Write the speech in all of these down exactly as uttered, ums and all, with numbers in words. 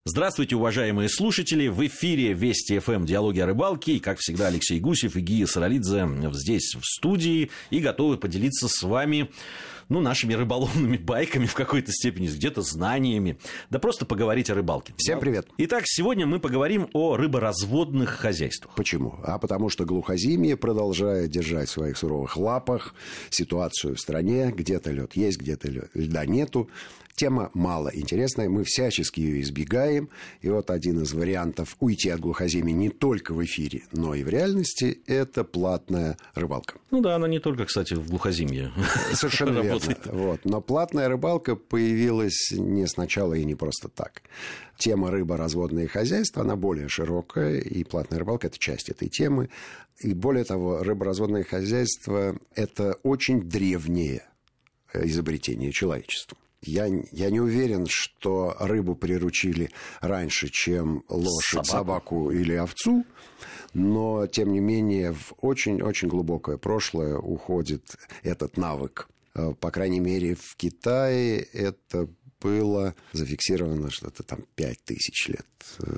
Здравствуйте, уважаемые слушатели. В эфире Вести ФМ «Диалоги о рыбалке». И, как всегда, Алексей Гусев и Гия Саралидзе здесь, в студии. И готовы поделиться с вами, ну, нашими рыболовными байками в какой-то степени, где-то знаниями. Да просто поговорить о рыбалке. Всем привет. Итак, сегодня мы поговорим о рыборазводных хозяйствах. Почему? А потому что глухозимье продолжает держать в своих суровых лапах ситуацию в стране. Где-то лед есть, где-то льда нету. Тема мало интересная, мы всячески ее избегаем. И вот один из вариантов уйти от глухозимья не только в эфире, но и в реальности – это платная рыбалка. Ну да, она не только, кстати, в глухозимье Совершенно верно. Вот. Но платная рыбалка появилась не сначала и не просто так. Тема рыборазводные хозяйства, она более широкая, и платная рыбалка – это часть этой темы. И более того, рыборазводные хозяйства – это очень древнее изобретение человечества. Я, я не уверен, что рыбу приручили раньше, чем лошадь, собаку, собаку или овцу, но, тем не менее, в очень-очень глубокое прошлое уходит этот навык. По крайней мере, в Китае это было зафиксировано что-то там пять тысяч лет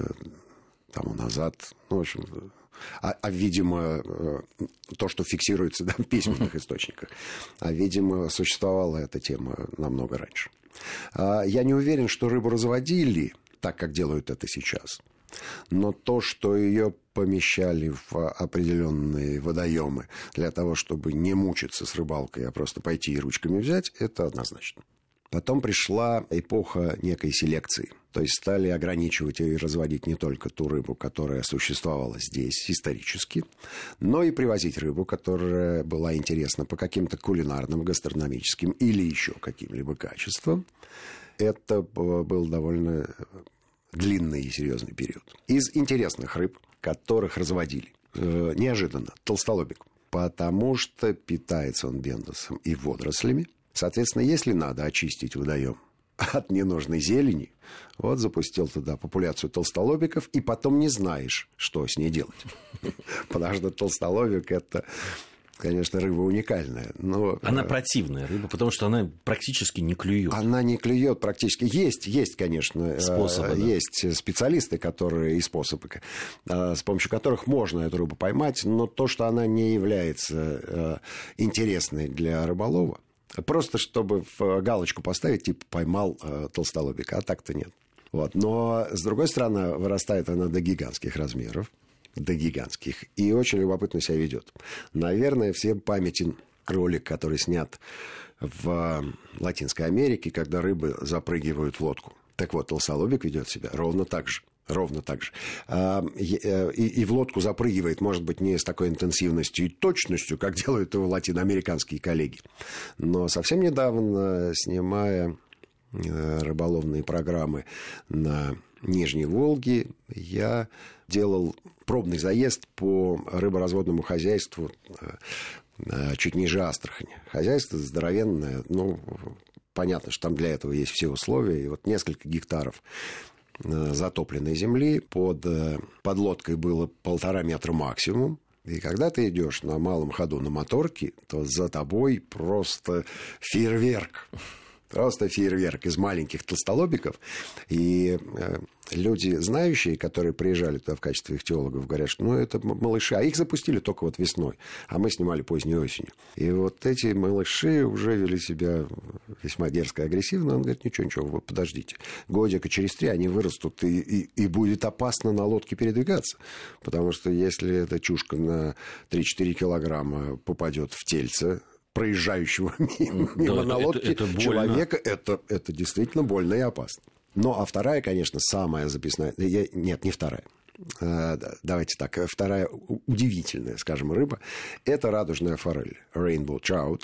тому назад. Ну, в общем... А, а, видимо, то, что фиксируется да, в письменных источниках, а, видимо, существовала эта тема намного раньше. А, я не уверен, что рыбу разводили так, как делают это сейчас. Но то, что ее помещали в определенные водоемы для того, чтобы не мучиться с рыбалкой, а просто пойти и ручками взять, это однозначно. Потом пришла эпоха некой селекции. То есть стали ограничивать и разводить не только ту рыбу, которая существовала здесь исторически, но и привозить рыбу, которая была интересна по каким-то кулинарным, гастрономическим или еще каким-либо качествам. Это был довольно длинный и серьезный период. Из интересных рыб, которых разводили, неожиданно толстолобик, потому что питается он бендосом и водорослями. Соответственно, если надо очистить водоем от ненужной зелени, вот запустил туда популяцию толстолобиков, и потом не знаешь, что с ней делать. Потому что толстолобик – это, конечно, рыба уникальная. Но... Она противная рыба, потому что она практически не клюет. Она не клюет практически. Есть, есть, конечно, способы, есть да? специалисты, которые и способы, с помощью которых можно эту рыбу поймать, но то, что она не является интересной для рыболова, просто чтобы в галочку поставить, типа поймал э, толстолобика, а так-то нет. Вот. Но, с другой стороны, вырастает она до гигантских размеров, до гигантских, и очень любопытно себя ведет. Наверное, всем памятен ролик, который снят в Латинской Америке, когда рыбы запрыгивают в лодку. Так вот, толстолобик ведет себя ровно так же. Ровно так же. И, и в лодку запрыгивает, может быть, не с такой интенсивностью и точностью, как делают его латиноамериканские коллеги. Но совсем недавно, снимая рыболовные программы на Нижней Волге, я делал пробный заезд по рыборазводному хозяйству чуть ниже Астрахани. Хозяйство здоровенное, ну, понятно, что там для этого есть все условия. И вот несколько гектаров затопленной земли, под, под лодкой было полтора метра максимум. И когда ты идешь на малом ходу на моторке, то за тобой просто фейерверк. Просто фейерверк из маленьких толстолобиков. И э, люди, знающие, которые приезжали туда в качестве ихтиологов, говорят, что ну, это малыши. А их запустили только вот весной. А мы снимали поздней осенью. И вот эти малыши уже вели себя весьма дерзко и агрессивно. Он говорит, ничего, ничего, вы подождите. Годика через три они вырастут, и, и, и будет опасно на лодке передвигаться. Потому что если эта чушка на три-четыре килограмма попадет в тельце проезжающего мимо, мимо да, на лодке это, это человека, это, это действительно больно и опасно. Ну, а вторая, конечно, самая записная... Нет, не вторая. Давайте так. Вторая удивительная, скажем, рыба – это радужная форель, rainbow trout,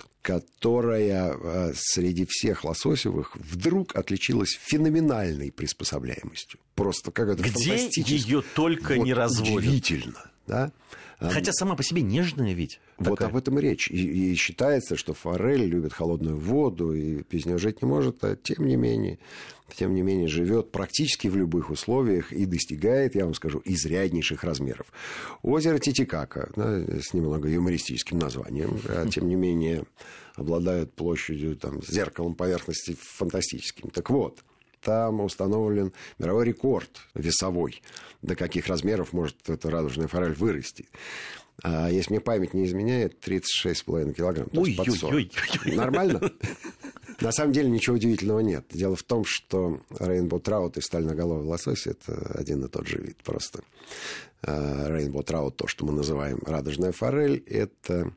которая среди всех лососевых вдруг отличилась феноменальной приспособляемостью. Просто какая-то фантастическая. Где ее только вот не разводят. Удивительно, да? Хотя сама по себе нежная ведь. Вот такая. Об этом и речь. И, и считается, что форель любит холодную воду и без нее жить не может, а тем не менее, тем не менее живет практически в любых условиях и достигает, я вам скажу, изряднейших размеров. Озеро Титикака, да, с немного юмористическим названием, а тем не менее обладает площадью, там, зеркалом поверхности фантастическим. Так вот, там установлен мировой рекорд весовой. До каких размеров может эта радужная форель вырасти. А если мне память не изменяет, тридцать шесть с половиной килограмм. То есть под сорок. Нормально? На самом деле ничего удивительного нет. Дело в том, что рейнбоу траут и стальноголовый лосось – это один и тот же вид просто. Рейнбоу траут, то, что мы называем радужная форель, это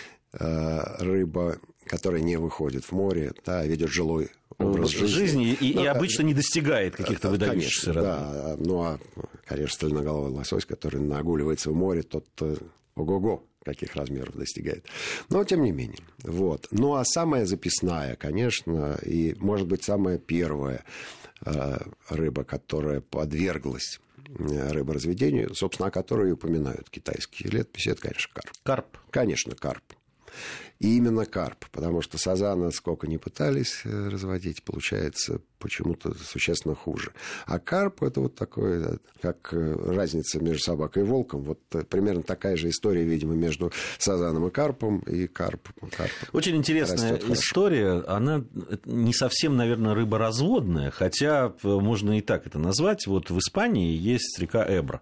рыба, которая не выходит в море, да, ведет жилой образ жизни. жизни и, ну, и обычно не достигает каких-то выдающихся. Конечно, да. Ну, а, конечно, стальноголовый лосось, который нагуливается в море, тот ого-го, каких размеров достигает. Но, тем не менее. Вот. Ну, а самая записная, конечно, и, может быть, самая первая э, рыба, которая подверглась рыборазведению, собственно, о которой и упоминают китайские летописи, это, конечно, карп. Карп. Конечно, карп. И именно карп, потому что сазана сколько ни пытались разводить, получается почему-то существенно хуже. А карп – это вот такое, как разница между собакой и волком. Вот примерно такая же история, видимо, между сазаном и карпом, и карп. карп Очень интересная история. Она не совсем, наверное, рыборазводная, хотя можно и так это назвать. Вот в Испании есть река Эбро.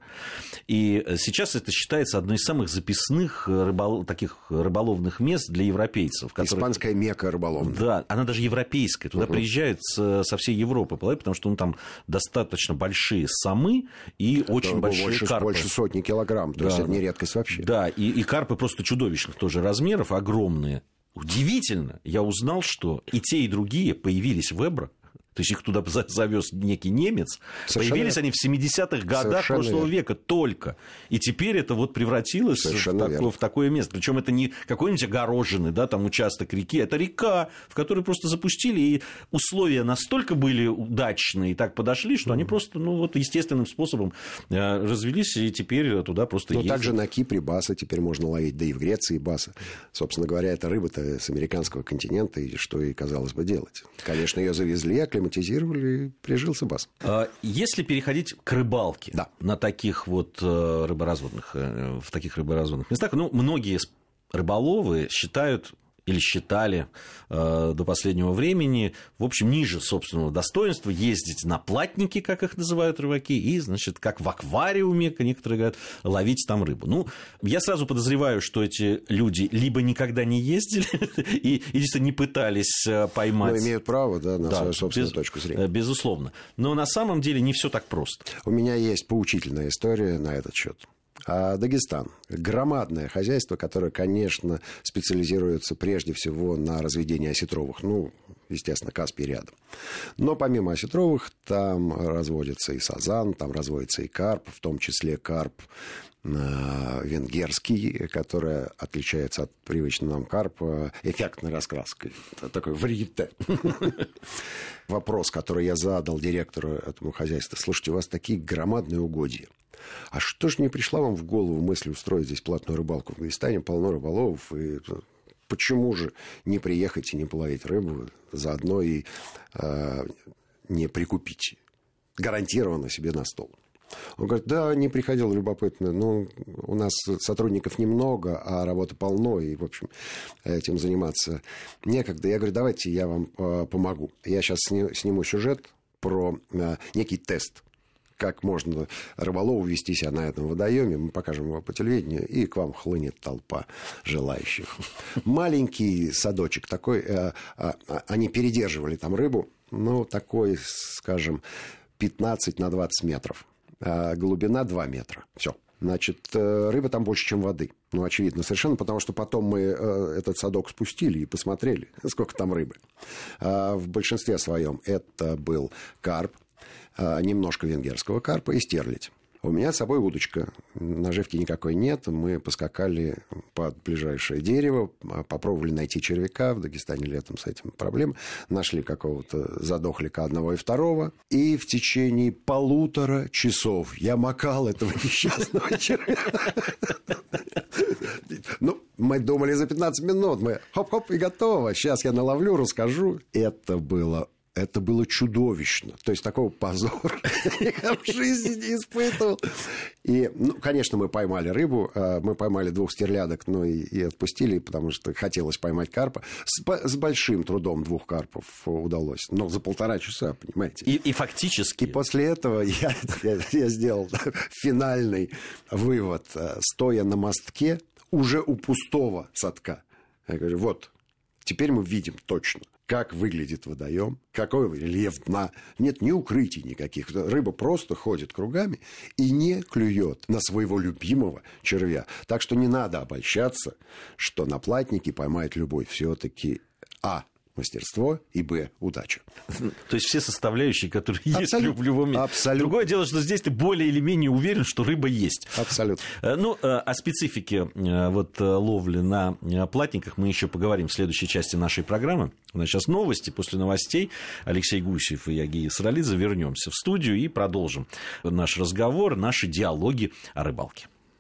И сейчас это считается одной из самых записных рыбол... таких рыболовных мест для европейцев. Которые... Испанская мекка рыболовная. Да, она даже европейская. Туда угу. приезжают со всей Европы, потому что ну, там достаточно большие самы и очень да, большие больше, карпы. Больше сотни килограмм, то да, есть это не редкость вообще. Да, и, и карпы просто чудовищных тоже размеров, огромные. Удивительно, я узнал, что и те, и другие появились в Эбро. То есть их туда завез некий немец. Совершенно Появились верно. Они в семидесятых годах Совершенно прошлого верно. Века только. И теперь это вот превратилось в такое, в такое место. Причем это не какой-нибудь огороженный, да, там участок реки, это река, в которую просто запустили, и условия настолько были удачные и так подошли, что mm-hmm. они просто, ну, вот естественным способом развелись, и теперь туда просто ездят. Но также на Кипре баса теперь можно ловить, да и в Греции баса. Собственно говоря, эта рыба-то с американского континента, и что и казалось бы делать. Конечно, ее завезли, акклиматизировали, и прижился бас. Если переходить к рыбалке да. на таких вот рыборазводных, в таких рыборазводных местах, ну, многие рыболовы считают или считали э, до последнего времени, в общем, ниже собственного достоинства ездить на платники, как их называют рыбаки, и, значит, как в аквариуме, некоторые говорят, ловить там рыбу. Ну, я сразу подозреваю, что эти люди либо никогда не ездили и, и действительно не пытались поймать. Но имеют право, да, на да, свою собственную без, точку зрения. Безусловно. Но на самом деле не все так просто. У меня есть поучительная история на этот счет. А Дагестан. Громадное хозяйство, которое, конечно, специализируется прежде всего на разведении осетровых. Ну, естественно, Каспий рядом. Но помимо осетровых, там разводится и сазан, там разводится и карп, в том числе карп венгерский, который отличается от привычного нам карпа эффектной раскраской. Это такой варьете. Вопрос, который я задал директору этому хозяйства. Слушайте, у вас такие громадные угодья. А что ж не пришла вам в голову мысль устроить здесь платную рыбалку? В Дагестане полно рыболовов, и почему же не приехать и не половить рыбу, заодно и э, не прикупить гарантированно себе на стол? Он говорит, да, не приходил любопытно, но у нас сотрудников немного, а работы полно, и, в общем, этим заниматься некогда. Я говорю, давайте я вам э, помогу. Я сейчас сниму сюжет про э, некий тест, как можно рыболову вести себя на этом водоеме. Мы покажем его по телевидению, и к вам хлынет толпа желающих. Маленький садочек такой, э, э, они передерживали там рыбу, ну, такой, скажем, пятнадцать на двадцать метров. А глубина два метра. Все. Значит, рыба там больше, чем воды. Ну, очевидно, совершенно, потому что потом мы этот садок спустили и посмотрели, сколько там рыбы. А в большинстве своем это был карп, немножко венгерского карпа и стерлядь. У меня с собой удочка. Наживки никакой нет. Мы поскакали под ближайшее дерево, попробовали найти червяка. В Дагестане летом с этим проблем. Нашли какого-то задохлика одного и второго. И в течение полутора часов я макал этого несчастного червяка. Ну, мы думали за пятнадцать минут. Мы хоп-хоп и готово. Сейчас я наловлю, расскажу. Это было... Это было чудовищно. То есть такого позора я в жизни не испытывал. И, ну, конечно, мы поймали рыбу. Мы поймали двух стерлядок, но и, и отпустили, потому что хотелось поймать карпа. С, с большим трудом двух карпов удалось. Но за полтора часа, понимаете. И, и фактически. И после этого я, я, я сделал финальный вывод, стоя на мостке, уже у пустого садка. Я говорю, вот, теперь мы видим точно, как выглядит водоем, какой рельеф дна. Нет ни укрытий никаких. Рыба просто ходит кругами и не клюет на своего любимого червя. Так что не надо обольщаться, что на платнике поймает любой. Все-таки а. мастерство и б. удача. То есть все составляющие, которые есть в любом месте. Абсолютно. Другое дело, что здесь ты более или менее уверен, что рыба есть. Абсолютно. Ну, о специфике вот, ловли на платниках мы еще поговорим в следующей части нашей программы. У нас сейчас новости. После новостей Алексей Гусев и я, Гия Саралидзе, вернемся в студию и продолжим наш разговор, наши диалоги о рыбалке.